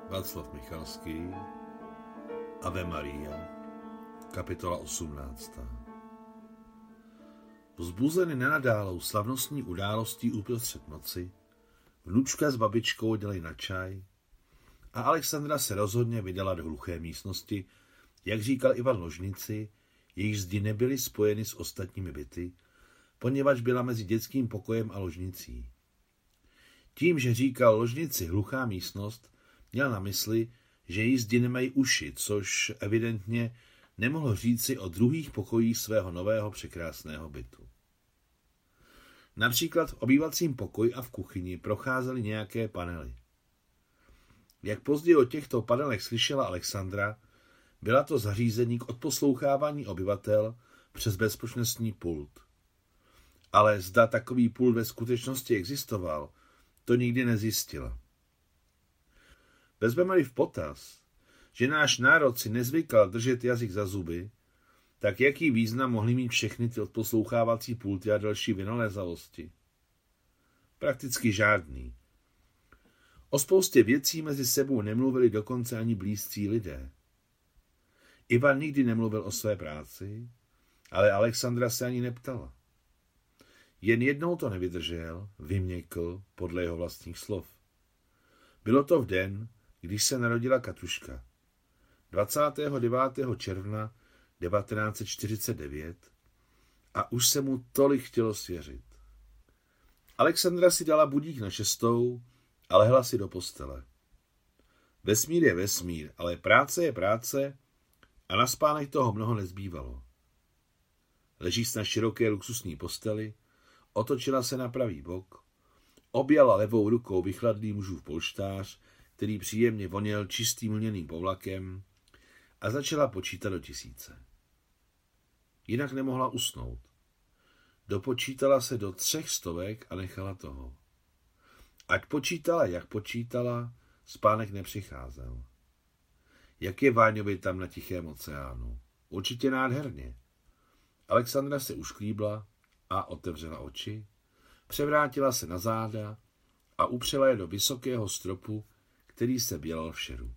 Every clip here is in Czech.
Václav Michalský, Ave Maria, kapitola 18. Vzbuzeny nenadálou slavnostní událostí uprostřed noci, vnučka s babičkou jeli na čaj a Alexandra se rozhodně vydala do hluché místnosti, jak říkal Ivan Ložnici, jejíž zdi nebyly spojeny s ostatními byty, poněvadž byla mezi dětským pokojem a ložnicí. Tím, že říkal Ložnici hluchá místnost, měl na mysli, že její zdi nemají uši, což evidentně nemohl říci o druhých pokojích svého nového překrásného bytu. Například v obývacím pokoji a v kuchyni procházely nějaké panely. Jak později o těchto panelech slyšela Alexandra, byla to zařízení k odposlouchávání obyvatel přes bezpečnostní pult. Ale zda takový pult ve skutečnosti existoval, to nikdy nezjistila. Vezmeme-li v potaz, že náš národ si nezvykal držet jazyk za zuby, tak jaký význam mohly mít všechny ty odposlouchávací pulty a další vynalézavosti? Prakticky žádný. O spoustě věcí mezi sebou nemluvili dokonce ani blízcí lidé. Ivan nikdy nemluvil o své práci, ale Alexandra se ani neptala. Jen jednou to nevydržel, vyměkl podle jeho vlastních slov. Bylo to v den, když se narodila Katuška. 29. června 1949 a už se mu tolik chtělo svěřit. Alexandra si dala budík na 6 a lehla si do postele. Vesmír je vesmír, ale práce je práce a na spánek toho mnoho nezbývalo. Ležíc na široké luxusní posteli, otočila se na pravý bok, objala levou rukou vychladlý mužův polštář, který příjemně voněl čistým lněným povlakem, a začala počítat do 1000. Jinak nemohla usnout. Dopočítala se do 300 a nechala toho. Ať počítala, jak počítala, spánek nepřicházel. Jak je Váňovi tam na Tichém oceánu? Určitě nádherně. Alexandra se ušklíbla a otevřela oči, převrátila se na záda a upřela je do vysokého stropu, který se bělal v šeru.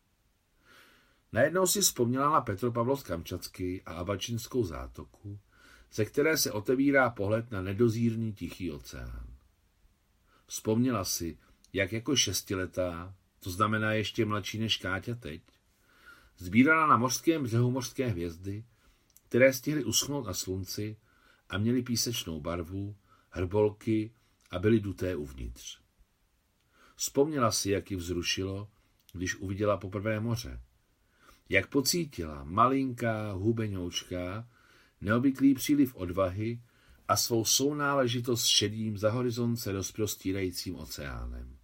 Najednou si vzpomněla na Petropavlovsk-Kamčatský a Avačinskou zátoku, ze které se otevírá pohled na nedozírný Tichý oceán. Vzpomněla si, jak jako 6letá, to znamená ještě mladší než Káťa teď, sbírala na mořském břehu mořské hvězdy, které stihly uschnout na slunci a měly písečnou barvu, hrbolky a byly duté uvnitř. Vzpomněla si, jak ji vzrušilo, když uviděla poprvé moře. Jak pocítila malinká, hubeňoučká, neobvyklý příliv odvahy a svou sounáležitost s šedým za horizont se rozprostírajícím oceánem.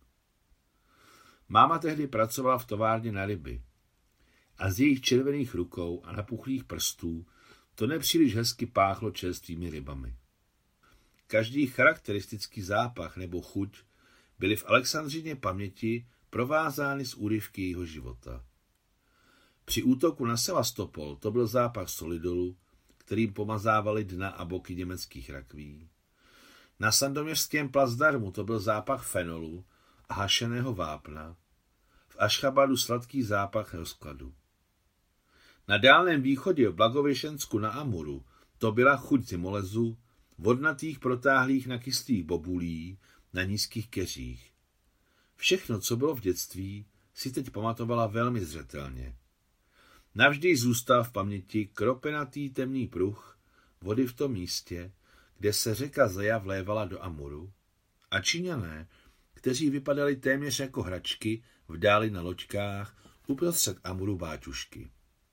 Máma tehdy pracovala v továrně na ryby a z jejich červených rukou a napuchlých prstů to nepříliš hezky páchlo čerstvými rybami. Každý charakteristický zápach nebo chuť byly v Alexandřině paměti provázány s úryvky jejího života. Při útoku na Sevastopol to byl zápach solidolu, kterým pomazávali dna a boky německých rakví. Na sandoměřském plazdarmu to byl zápach fenolu a hašeného vápna, v Ašchabadu sladký zápach rozkladu. Na Dálném východě v Blagověšensku na Amuru to byla chuť zimolezu, vodnatých protáhlých na kyslých bobulí na nízkých keřích. Všechno, co bylo v dětství, si teď pamatovala velmi zřetelně. Navždy zůstal v paměti kropenatý temný pruh vody v tom místě, kde se řeka Zeja vlévala do Amuru, a Číňané, kteří vypadali téměř jako hračky v dáli na loďkách uprostřed Amuru báťušky.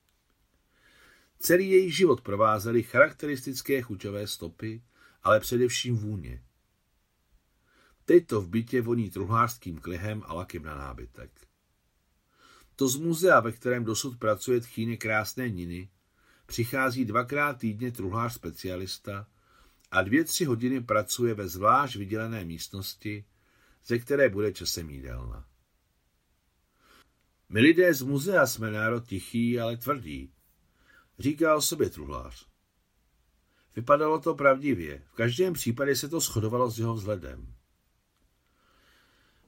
Celý její život provázely charakteristické chuťové stopy, ale především vůně. Teď to v bytě voní truhlářským klihem a lakem na nábytek. To z muzea, ve kterém dosud pracuje tchýně krásné Niny, přichází 2krát týdně truhlář specialista a 2-3 hodiny pracuje ve zvlášť vydělené místnosti, ze které bude časem jídelna. My lidé z muzea jsme národ tichý, ale tvrdý, říká o sobě truhlář. Vypadalo to pravdivě, v každém případě se to shodovalo s jeho vzhledem.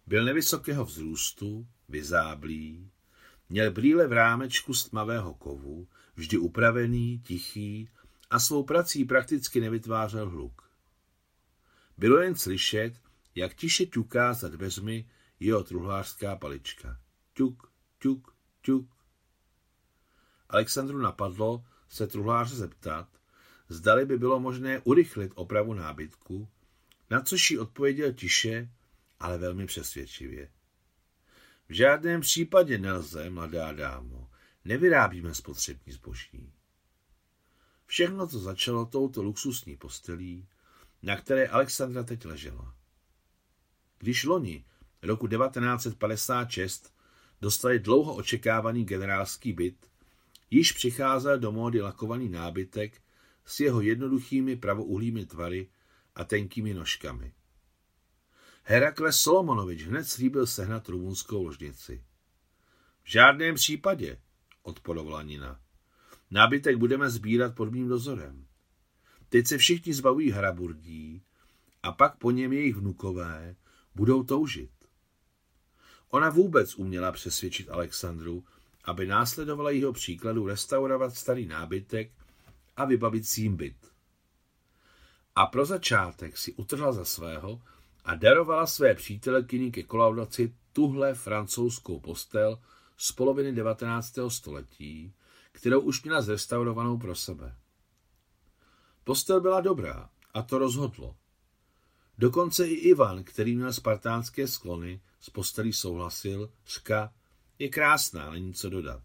Byl nevysokého vzrůstu, vyzáblý, měl brýle v rámečku z tmavého kovu, vždy upravený, tichý a svou prací prakticky nevytvářel hluk. Bylo jen slyšet, jak tiše ťuká za dveřmi jeho truhlářská palička. Ťuk, ťuk, ťuk. Alexandru napadlo se truhláře zeptat, zdali by bylo možné urychlit opravu nábytku, na což jí odpověděl tiše, ale velmi přesvědčivě. V žádném případě nelze, mladá dámo, nevyrábíme spotřební zboží. Všechno to začalo touto luxusní postelí, na které Alexandra teď ležela. Když loni, roku 1956, dostali dlouho očekávaný generálský byt, již přicházel do módy lakovaný nábytek s jeho jednoduchými pravouhlými tvary a tenkými nožkami. Herakles Solomonovič hned slíbil sehnat rumunskou ložnici. V žádném případě, odporovala Nina. Nábytek budeme sbírat pod mým dozorem. Teď se všichni zbavují Haraburdí a pak po něm jejich vnukové budou toužit. Ona vůbec uměla přesvědčit Alexandru, aby následovala jeho příkladu restaurovat starý nábytek a vybavit si jim byt. A pro začátek si utrhla za svého a darovala své přítelkyni ke kolaudaci tuhle francouzskou postel z poloviny 19. století, kterou už měla zrestaurovanou pro sebe. Postel byla dobrá a to rozhodlo. Dokonce i Ivan, který měl spartánské sklony, s postelí souhlasil, řka, je krásná, není co dodat.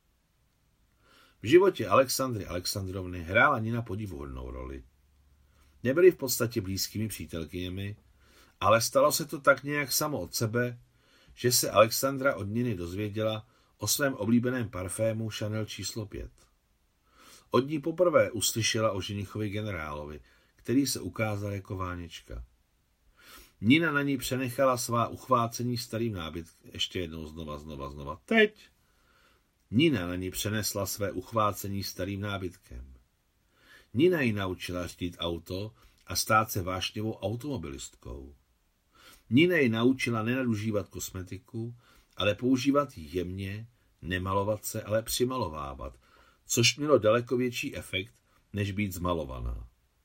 V životě Alexandry Alexandrovny hrála Nina podivuhodnou roli. Nebyli v podstatě blízkými přítelkyněmi, ale stalo se to tak nějak samo od sebe, že se Alexandra od Niny dozvěděla o svém oblíbeném parfému Chanel číslo 5. Od ní poprvé uslyšela o ženichovi generálovi, který se ukázal jako Váněčka. Nina na ní přenechala svá uchvácení starým nábytkem. Ještě jednou znova. Teď! Nina na ní přenesla své uchvácení starým nábytkem. Nina ji naučila řídit auto a stát se vášnivou automobilistkou. Nina ji naučila nenadužívat kosmetiku, ale používat ji jemně, nemalovat se, ale přimalovávat, což mělo daleko větší efekt, než být zmalovaná.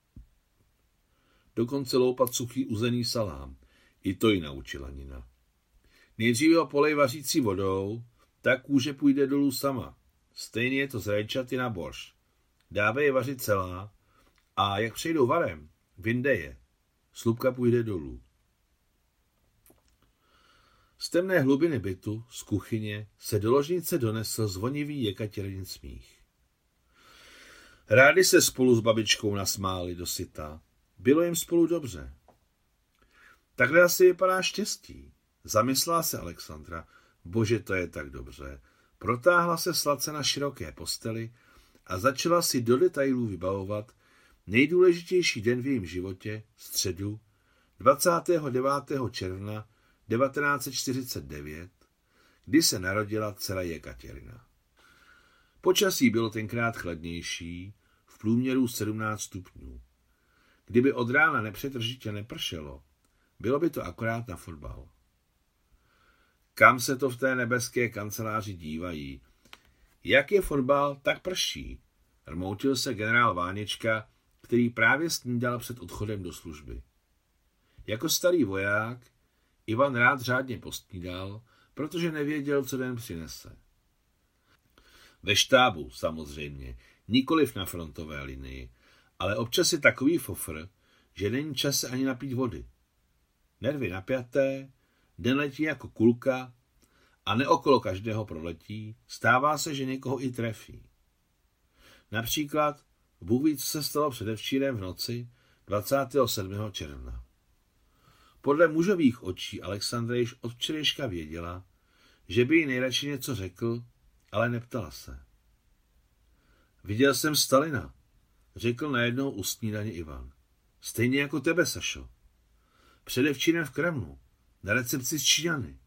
Dokonce loupat suchý uzený salám. I to ji naučila Nina. Nejdříve ho polej vařící vodou, tak kůže půjde dolů sama. Stejně je to z rajčaty na borš. Dávej je vařit celá a jak přejdou varem, vyndej je. Slupka půjde dolů. Z temné hlubiny bytu, z kuchyně, se do ložnice donesl zvonivý Jekatěrin smích. Rádi se spolu s babičkou nasmáli dosyta. Bylo jim spolu dobře. Takhle asi vypadá štěstí. Zamyslela se Alexandra. Bože, to je tak dobře. Protáhla se sladce na široké posteli a začala si do detailů vybavovat nejdůležitější den v jejím životě, středu, 29. června 1949, kdy se narodila dcera Jekatěrina. Počasí bylo tenkrát chladnější, v průměru 17 stupňů. Kdyby od rána nepřetržitě nepršelo, bylo by to akorát na fotbal. Kam se to v té nebeské kanceláři dívají? Jak je fotbal, tak prší, rmoutil se generál Váněčka, který právě snídal před odchodem do služby. Jako starý voják Ivan rád řádně posnídal, protože nevěděl, co den přinese. Ve štábu, samozřejmě, nikoliv na frontové linii, ale občas je takový fofr, že není čas se ani napít vody. Nervy napjaté, den letí jako kulka a neokolo každého proletí, stává se, že někoho i trefí. Například, Bůh ví, co se stalo předevčírem v noci 27. června. Podle mužových očí Alexandra již od včerejška věděla, že by jí nejradši něco řekl, ale neptala se. Viděl jsem Stalina, řekl najednou u snídaně Ivan. Stejně jako tebe, Sašo. Předevčírem v Kremlu, na recepci z Číňany.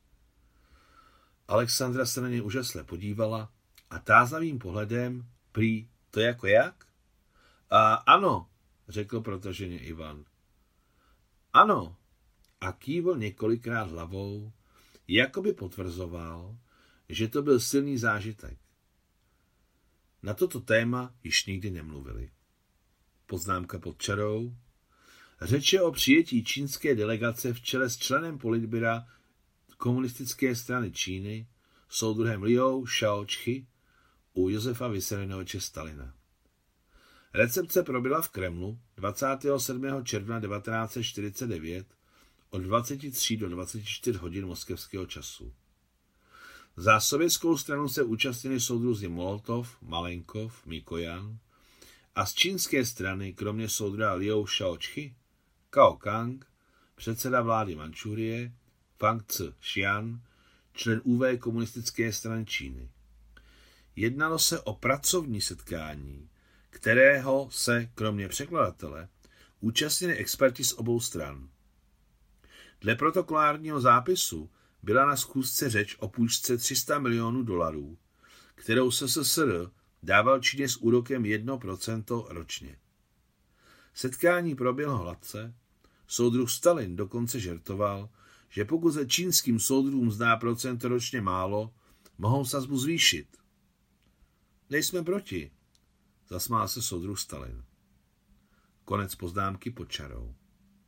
Alexandra se na něj úžasle podívala a tázavým pohledem prý, to jako jak? A ano, řekl protaženě Ivan. Ano, a kývl několikrát hlavou, jako by potvrzoval, že to byl silný zážitek. Na toto téma již nikdy nemluvili. Poznámka pod čarou. Řeč je o přijetí čínské delegace v čele s členem politbyra komunistické strany Číny, soudruhem Liou Shaoqi, u Josefa Vissarionoviče Stalina. Recepce proběhla v Kremlu 27. června 1949 od 23 do 24 hodin moskevského času. Za sovětskou stranu se účastnili soudruzi Molotov, Malenkov, Mikojan a z čínské strany, kromě soudruha Liou Shaoqi, Cao Kang, předseda vlády Mančurie, Fang Xian, člen UV komunistické strany Číny. Jednalo se o pracovní setkání, kterého se, kromě překladatele, účastnili experti z obou stran. Dle protokolárního zápisu byla na schůzce řeč o půjčce $300 milionů, kterou SSSR dával Číně s úrokem 1% ročně. Setkání proběhlo hladce, soudruh Stalin dokonce žertoval, že pokud se čínským soudruhům zdá procento ročně málo, mohou sazbu zvýšit. Nejsme proti, zasmál se soudruh Stalin. Konec poznámky pod čarou.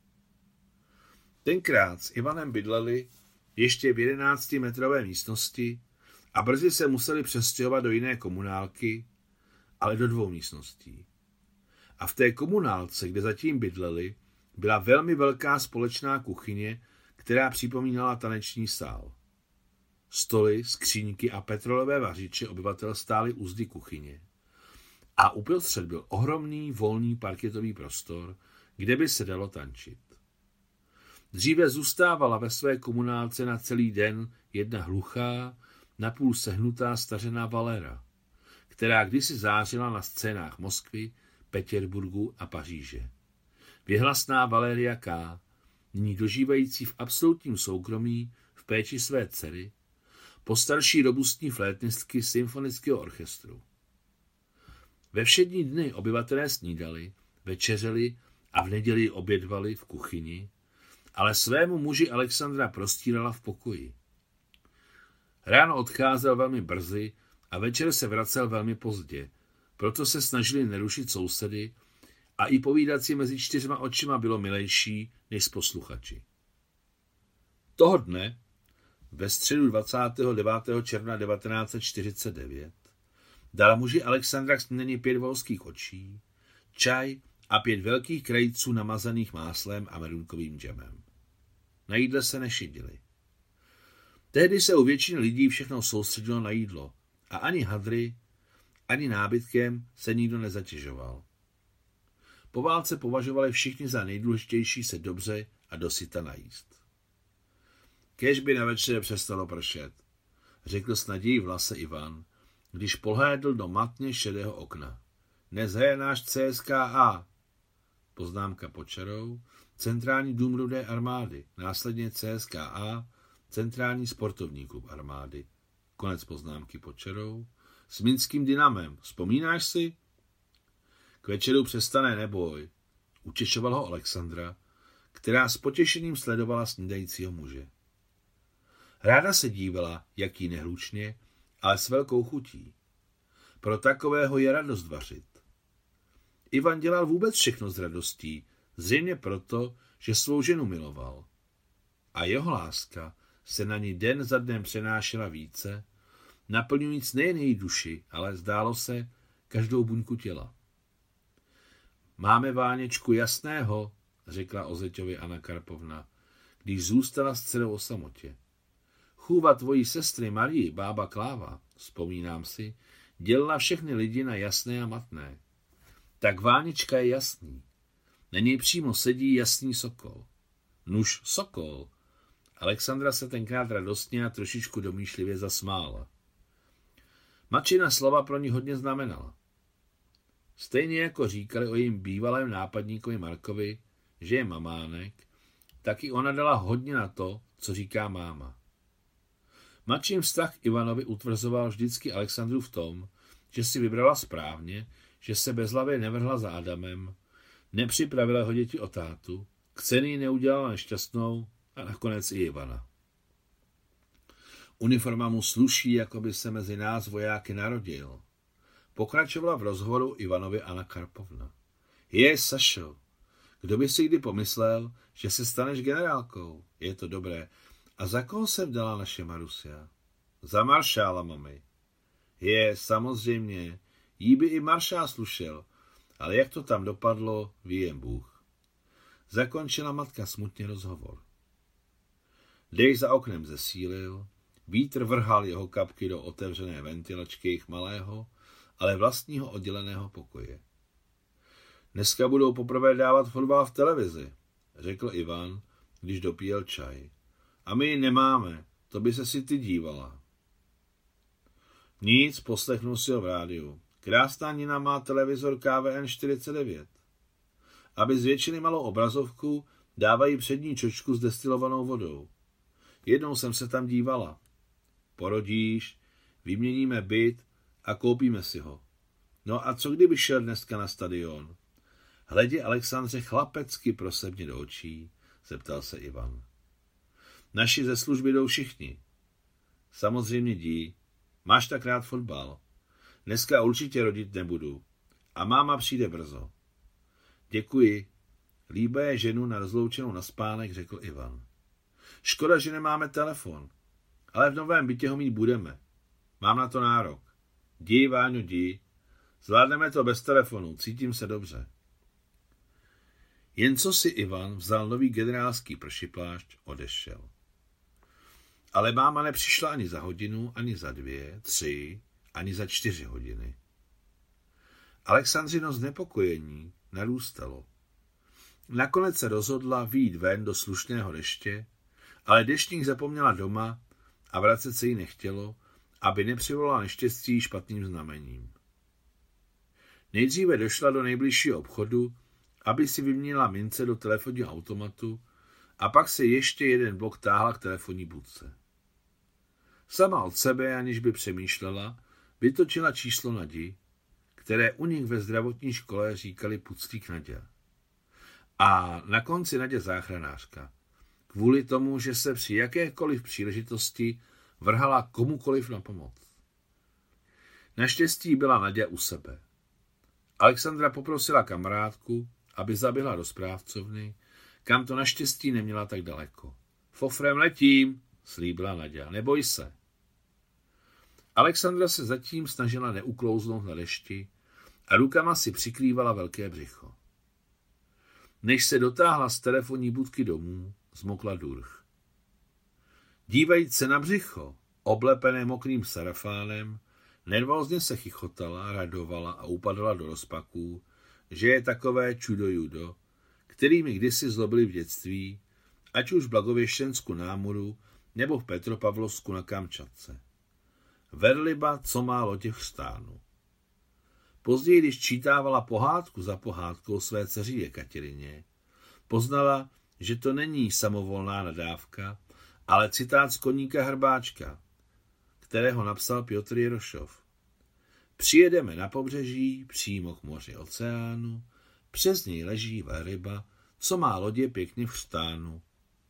Tenkrát s Ivanem bydleli ještě v 11metrové místnosti a brzy se museli přestěhovat do jiné komunálky, ale do 2 místností. A v té komunálce, kde zatím bydleli, byla velmi velká společná kuchyně, která připomínala taneční sál. Stoly, skříňky a petrolové vařiče obyvatel stály u zdi kuchyně. A uprostřed byl ohromný volný parketový prostor, kde by se dalo tančit. Dříve zůstávala ve své komunálce na celý den jedna hluchá, napůl sehnutá stařená Valera, která kdysi zářila na scénách Moskvy, Petěrburgu a Paříže. Věhlasná Valeria K., nyní dožívající v absolutním soukromí v péči své dcery, postarší robustní flétnistky symfonického orchestru. Ve všední dny obyvatelé snídali, večeřeli a v neděli obědvali v kuchyni, ale svému muži Alexandra prostírala v pokoji. Ráno odcházel velmi brzy a večer se vracel velmi pozdě, proto se snažili nerušit sousedy a i povídat si mezi 4 očima bylo milejší než s posluchači. Toho dne, ve středu 29. června 1949, dala muži Alexandra k snídani 5 volských očí, čaj a 5 velkých krajíců namazaných máslem a merunkovým džemem. Na jídle se nešidili. Tehdy se u většiny lidí všechno soustředilo na jídlo a ani hadry, ani nábytkem se nikdo nezatěžoval. Po válce považovali všichni za nejdůležitější se dobře a dosyta najíst. Kéž by na večer přestalo pršet, řekl s nadějí v hlase Ivan, když pohlédl do matně šedého okna. Dnes je náš CSKA. Poznámka pod čarou. Centrální dům Rudé armády, následně CSKA, Centrální sportovní klub armády. Konec poznámky pod čarou. S minským Dynamem. Vzpomínáš si? K večeru přestane, neboj. Učešoval ho Alexandra, která s potěšením sledovala snídajícího muže. Ráda se dívala, jak jí nehlučně, ale s velkou chutí. Pro takového je radost vařit. Ivan dělal vůbec všechno s radostí, zřejmě proto, že svou ženu miloval. A jeho láska se na ní den za dnem přenášela více, naplňujíc nejen její duši, ale zdálo se každou buňku těla. Máme Váněčku jasného, řekla o zeťovi Anna Karpovna, když zůstala s dcerou o samotě. Chůva tvojí sestry Marii, bába Kláva, vzpomínám si, dělala všechny lidi na jasné a matné. Tak Váněčka je jasný. Na něj přímo sedí jasný sokol. Nuž sokol. Alexandra se tenkrát radostně a trošičku domýšlivě zasmála. Matčina slova pro ní hodně znamenala. Stejně jako říkali o jejím bývalém nápadníkovi Markovi, že je mamánek, tak i ona dala hodně na to, co říká máma. Matčin vztah k Ivanovi utvrzoval vždycky Alexandru v tom, že si vybrala správně, že se bezhlavě nevrhla za Adamem, nepřipravila ho děti o tátu, Ksenii neudělala nešťastnou a nakonec i Ivana. Uniforma mu sluší, jako by se mezi nás vojáky narodil. Pokračovala v rozhovoru Ivanovi Anna Karpovna. Sašo, kdo by si kdy pomyslel, že se staneš generálkou? Je to dobré. A za koho se vdala naše Marusia? Za maršála, mami. Samozřejmě, jí by i maršál slušel, ale jak to tam dopadlo, ví jen Bůh. Zakončila matka smutně rozhovor. Dešť za oknem zesílil, vítr vrhal jeho kapky do otevřené ventilačky jejich malého, ale vlastního odděleného pokoje. Dneska budou poprvé dávat fotbal v televizi, řekl Ivan, když dopíjel čaj. A my ji nemáme, to by se si ty dívala. Nic, poslechnu si ho v rádiu. Krásná Nina má televizor KVN 49. Aby zvětšili malou obrazovku, dávají přední čočku s destilovanou vodou. Jednou jsem se tam dívala. Porodíš, vyměníme byt a koupíme si ho. No a co kdyby šel dneska na stadion? Hledě Alexandře chlapecky prosebně do očí, zeptal se Ivan. Naši ze služby jdou všichni. Samozřejmě jdi. Máš tak rád fotbal. Dneska určitě rodit nebudu. A máma přijde brzo. Děkuji. Líbé ženu na rozloučenou na spánek, řekl Ivan. Škoda, že nemáme telefon. Ale v novém bytě ho mít budeme. Mám na to nárok. Jdi, Váňo, jdi. Zvládneme to bez telefonu, cítím se dobře. Jen co si Ivan vzal nový generálský pršiplášť, odešel. Ale máma nepřišla ani za hodinu, ani za 2, 3, ani za 4 hodiny. Alexandřino znepokojení narůstalo. Nakonec se rozhodla vyjít ven do slušného deště, ale deštník zapomněla doma a vracet se jí nechtělo, aby nepřivolala neštěstí špatným znamením. Nejdříve došla do nejbližšího obchodu, aby si vyměnila mince do telefonního automatu a pak se ještě jeden blok táhla k telefonní budce. Sama od sebe, aniž by přemýšlela, vytočila číslo Nadi, které u nich ve zdravotní škole říkali Puclík Naďa. A na konci Naďa záchranářka, kvůli tomu, že se při jakékoliv příležitosti vrhala komukoliv na pomoc. Naštěstí byla Naďa u sebe. Alexandra poprosila kamarádku, aby zaběhla do správcovny, kam to naštěstí neměla tak daleko. Fofrem letím, slíbila Naďa, neboj se. Alexandra se zatím snažila neuklouznout na dešti a rukama si přikrývala velké břicho. Než se dotáhla z telefonní budky domů, zmokla durch. Dívajíc se na břicho, oblepené mokrým sarafánem, nervózně se chichotala, radovala a upadala do rozpaků, že je takové čudo-judo, kterými kdysi zlobili v dětství, ať už v Blagověštěnsku námoru nebo v Petropavlovsku na Kamčatce. Verliba, co má lodě chřtánu. Později, když čítávala pohádku za pohádkou své dceři Jekaterině, poznala, že to není samovolná nadávka, ale citát z Koníka Hrbáčka, kterého napsal Pjotr Jirošov. Přijedeme na pobřeží, přímo k moři oceánu, přes něj leží velryba, co má lodě pěkně v chřtánu.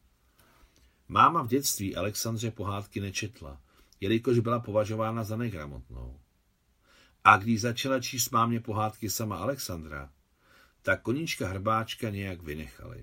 Máma v dětství Alexandře pohádky nečetla, jelikož byla považována za negramotnou. A když začala číst mámě pohádky sama Alexandra, tak Koníčka Hrbáčka nějak vynechali.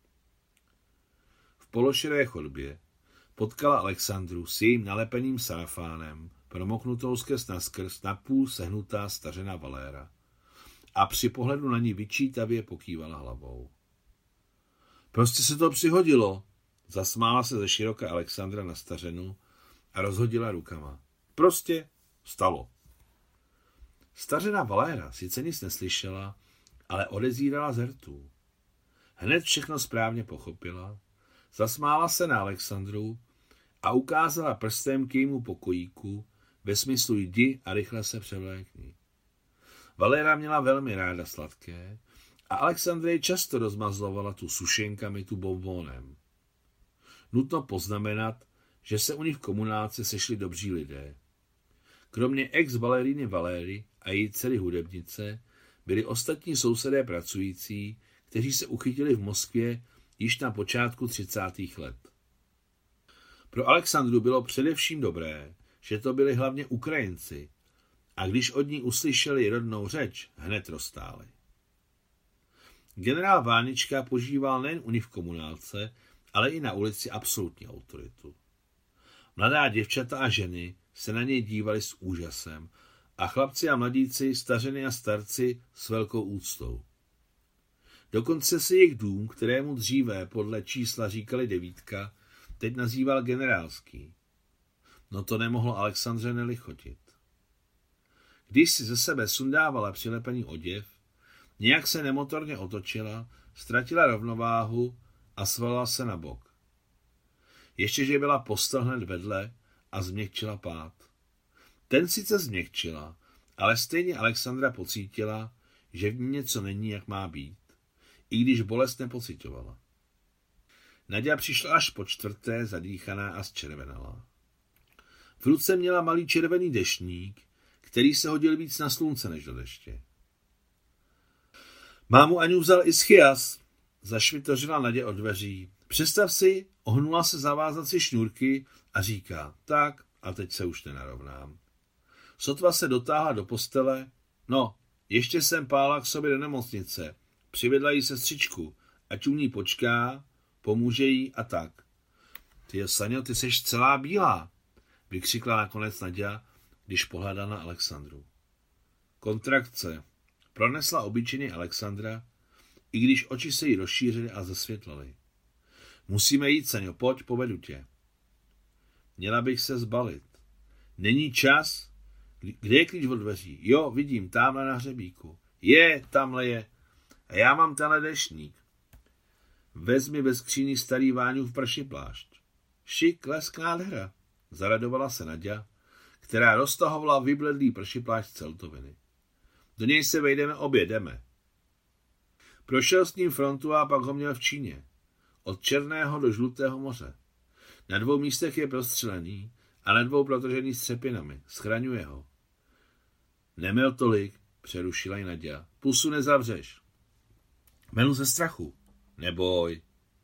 V pološiré chodbě potkala Alexandru s jejím nalepeným sarafánem, promoknutou skrz naskrz napůl sehnutá stařena Valéra a při pohledu na ní vyčítavě pokývala hlavou. Prostě se to přihodilo, zasmála se ze široka Alexandra na stařenu a rozhodila rukama. Prostě stalo. Stařena Valéra sice nic neslyšela, ale odezírala z rtů. Hned všechno správně pochopila, zasmála se na Alexandru a ukázala prstem k jejímu pokojíku ve smyslu jdi a rychle se převlékni. Valéra měla velmi ráda sladké a Alexandra ji často rozmazlovala tu sušenkami, tu bonbónem. Nutno poznamenat, že se u nich v komunálce sešli dobří lidé. Kromě ex-baleríny Valéry a její dcery hudebnice byli ostatní sousedé pracující, kteří se uchytili v Moskvě již na počátku 30. let. Pro Alexandru bylo především dobré, že to byli hlavně Ukrajinci, a když od ní uslyšeli rodnou řeč, hned roztáli. Generál Vánička požíval nejen u nich v komunálce, ale i na ulici absolutní autoritu. Mladá děvčata a ženy se na něj dívali s úžasem a chlapci a mladíci, stařeny a starci s velkou úctou. Dokonce se jejich dům, kterému dříve podle čísla říkali 9, teď nazýval generálský. No to nemohlo Alexandře nelichotit. Když si ze sebe sundávala přilepený oděv, nějak se nemotorně otočila, ztratila rovnováhu a svalila se na bok. Ještěže byla postel hned vedle a změkčila pád. Ten sice změkčila, ale stejně Alexandra pocítila, že v ní něco není, jak má být, i když bolest nepocitovala. Naďa přišla až po 4. zadýchaná a zčervenalá. V ruce měla malý červený deštník, který se hodil víc na slunce než do deště. Mámu Aňu vzal Ischias, zašvitořila Nadě od dveří. Představ si, ohnula se zavázat si šňůrky a říká, tak a teď se už nenarovnám. Sotva se dotáhla do postele, no, ještě jsem pála k sobě do nemocnice, přivedla jí sestřičku, ať u ní počká, pomůže jí a tak. Ty Saňo, ty seš celá bílá, vykřikla nakonec Naďa, když pohledala na Alexandru. Kontrakce, pronesla obyčejně Alexandra, i když oči se jí rozšířily a zasvětlaly. Musíme jít, Saňo, pojď, povedu tě. Měla bych se zbalit. Není čas? Kde je klíč od dveří? Jo, vidím, tamhle na hřebíku. Tamhle je. A já mám tenhle deštník. Vezmi ve skříni starý Váňův pršiplášť. Šik, lesk, nádhera, zaradovala se Naďa, která roztahovala vybledlý pršiplášť z celtoviny. Do něj se vejdeme obě, jdeme. Prošel s ním frontu a pak ho měl v Číně. Od Černého do Žlutého moře. Na 2 místech je prostřelený a na 2 protržený střepinami. Schraňuje ho. Neměl tolik, přerušila ji Naďa. Pusu nezavřeš. Melu ze strachu. Neboj.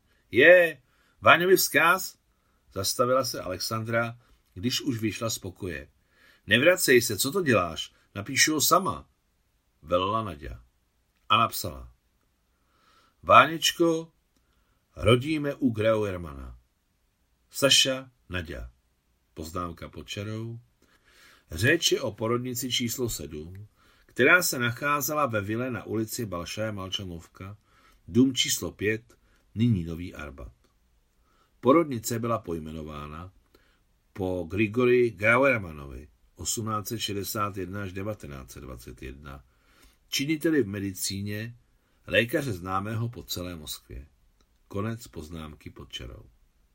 Váňovi vzkaz? Zastavila se Alexandra, když už vyšla z pokoje. Nevracej se, co to děláš? Napíšu ho sama. Velela Naďa. A napsala. Váněčko, rodíme u Grauermana. Saša, Naďa. Poznámka pod čarou. Řeč je o porodnici číslo 7, která se nacházela ve vile na ulici Balšaja Malčanovka, dům číslo 5, nyní Nový Arbat. Porodnice byla pojmenována po Grigori Grauermanovi 1861 až 1921, činiteli v medicíně, lékaře známého po celé Moskvě. Konec poznámky pod čarou.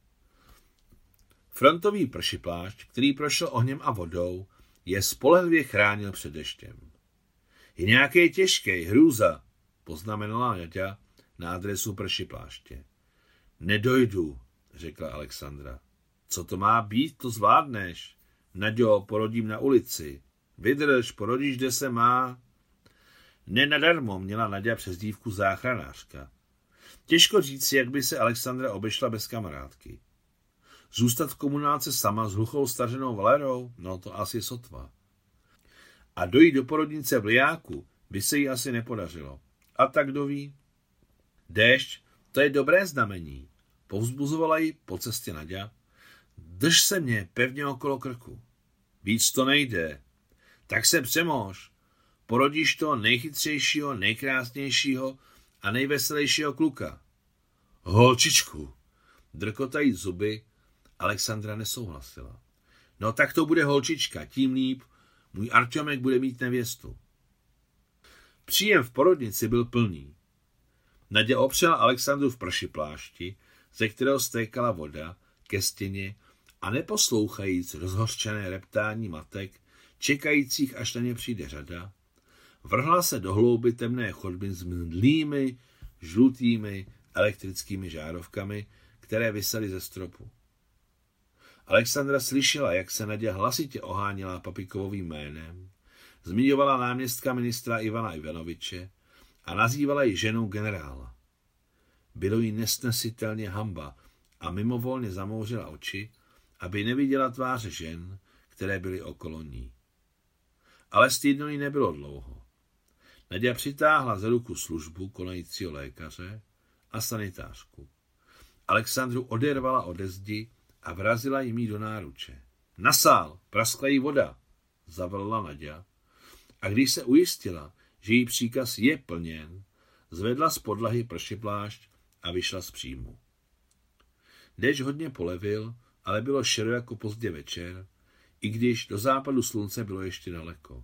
Frontový pršiplášť, který prošel ohněm a vodou, je spolehlivě chránil před deštěm. Je nějaký těžký, hrůza, poznamenala Naďa na adresu pršipláště. Nedojdu, řekla Alexandra. Co to má být, to zvládneš. Naďo, porodím na ulici. Vydrž, porodíš, kde se má. Nenadarmo měla Naďa přezdívku záchranářka. Těžko říct, jak by se Alexandra obešla bez kamarádky. Zůstat v komunálce sama s hluchou stařenou Valerou? No to asi sotva. A dojít do porodnice v Lijáku by se jí asi nepodařilo. A tak kdo ví? Déšť, to je dobré znamení. Povzbuzovala ji po cestě Naďa. Drž se mě pevně okolo krku. Víc to nejde. Tak se přemož. Porodíš to nejchytřejšího, nejkrásnějšího a nejveselějšího kluka. Holčičku. Drkotají zuby, Alexandra nesouhlasila. No tak to bude holčička, tím líp. Můj Arťomek bude mít nevěstu. Příjem v porodnici byl plný. Naďa opřela Alexandru v pršiplášti, ze kterého stékala voda, ke stěně a neposlouchajíc rozhořčené reptání matek, čekajících, až na ně přijde řada, vrhla se do hlouby temné chodby s mdlými, žlutými elektrickými žárovkami, které visely ze stropu. Alexandra slyšela, jak se Naďa hlasitě oháněla Papikovovým jménem, zmiňovala náměstka ministra Ivana Ivanoviče a nazývala ji ženou generála. Bylo jí nesnesitelně hamba a mimovolně zamouřila oči, aby neviděla tváře žen, které byly okolo ní. Ale stydno jí nebylo dlouho. Naďa přitáhla za ruku službu konajícího lékaře a sanitářku. Alexandru odervala ode zdi a vrazila jim jí do náruče. Na sál, praskla jí voda, zavolala Naďa. A když se ujistila, že její příkaz je plněn, zvedla z podlahy pršiplášť a vyšla z příjmu. Déšť hodně polevil, ale bylo šero jako pozdě večer, i když do západu slunce bylo ještě daleko.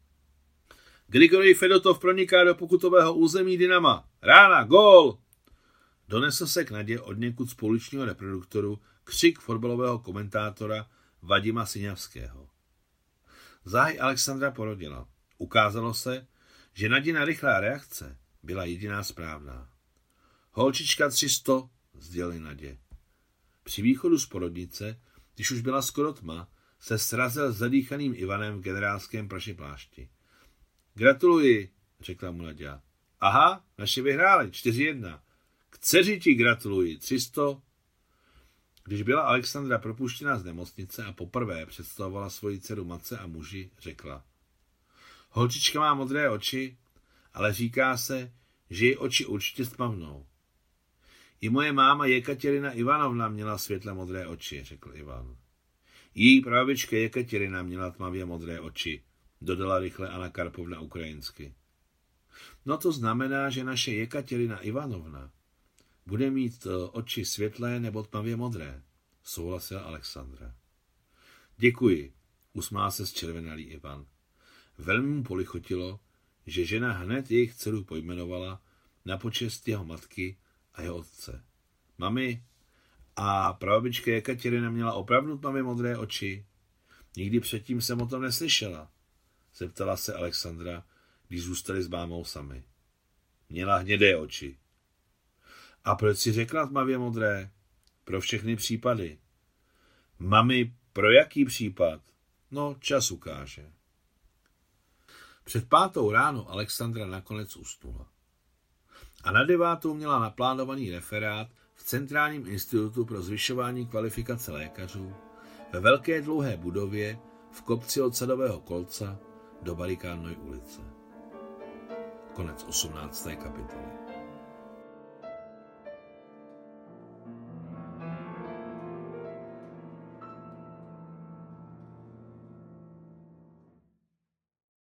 Grigorij Fedotov proniká do pokutového území Dynama. Rána, gól! Donesl se k Nadě od někud z pouličního reproduktoru křik fotbalového komentátora Vadima Siňavského. Záhy Alexandra porodila. Ukázalo se, že Nadina rychlá reakce byla jediná správná. Holčička 300, sdělili Nadě. Při východu z porodnice, když už byla skoro tma, se srazil s zadýchaným Ivanem v generálském pršiplášti. Gratuluji, řekla mu Naďa. Aha, naši vyhráli, 4-1. K dceři ti gratuluji, 300. Když byla Alexandra propuštěna z nemocnice a poprvé představovala svoji dceru matce a muži, řekla. Holčička má modré oči, ale říká se, že její oči určitě stmavnou. I moje máma Jekaterina Ivanovna měla světle modré oči, řekl Ivan. Její prababička Jekaterina měla tmavě modré oči, dodala rychle Anna Karpovna ukrajinsky. No to znamená, že naše Jekaterina Ivanovna bude mít oči světlé nebo tmavě modré, souhlasila Alexandra. Děkuji, usmál se zčervenalý Ivan. Velmi mu polichotilo, že žena hned jejich dceru pojmenovala na počest jeho matky a jeho otce. Mami, a prababička Jekaterina měla opravdu tmavě modré oči? Nikdy předtím jsem o tom neslyšela, zeptala se Alexandra, když zůstali s mámou sami. Měla hnědé oči. A proč si řekla tmavě modré? Pro všechny případy. Mami, pro jaký případ? No, čas ukáže. Před 5. ráno Alexandra nakonec usnula. A na 9. měla naplánovaný referát v Centrálním institutu pro zvyšování kvalifikace lékařů ve velké dlouhé budově v kopci od Sadového kolca do Barikádnoj ulice. Konec 18. kapitoly.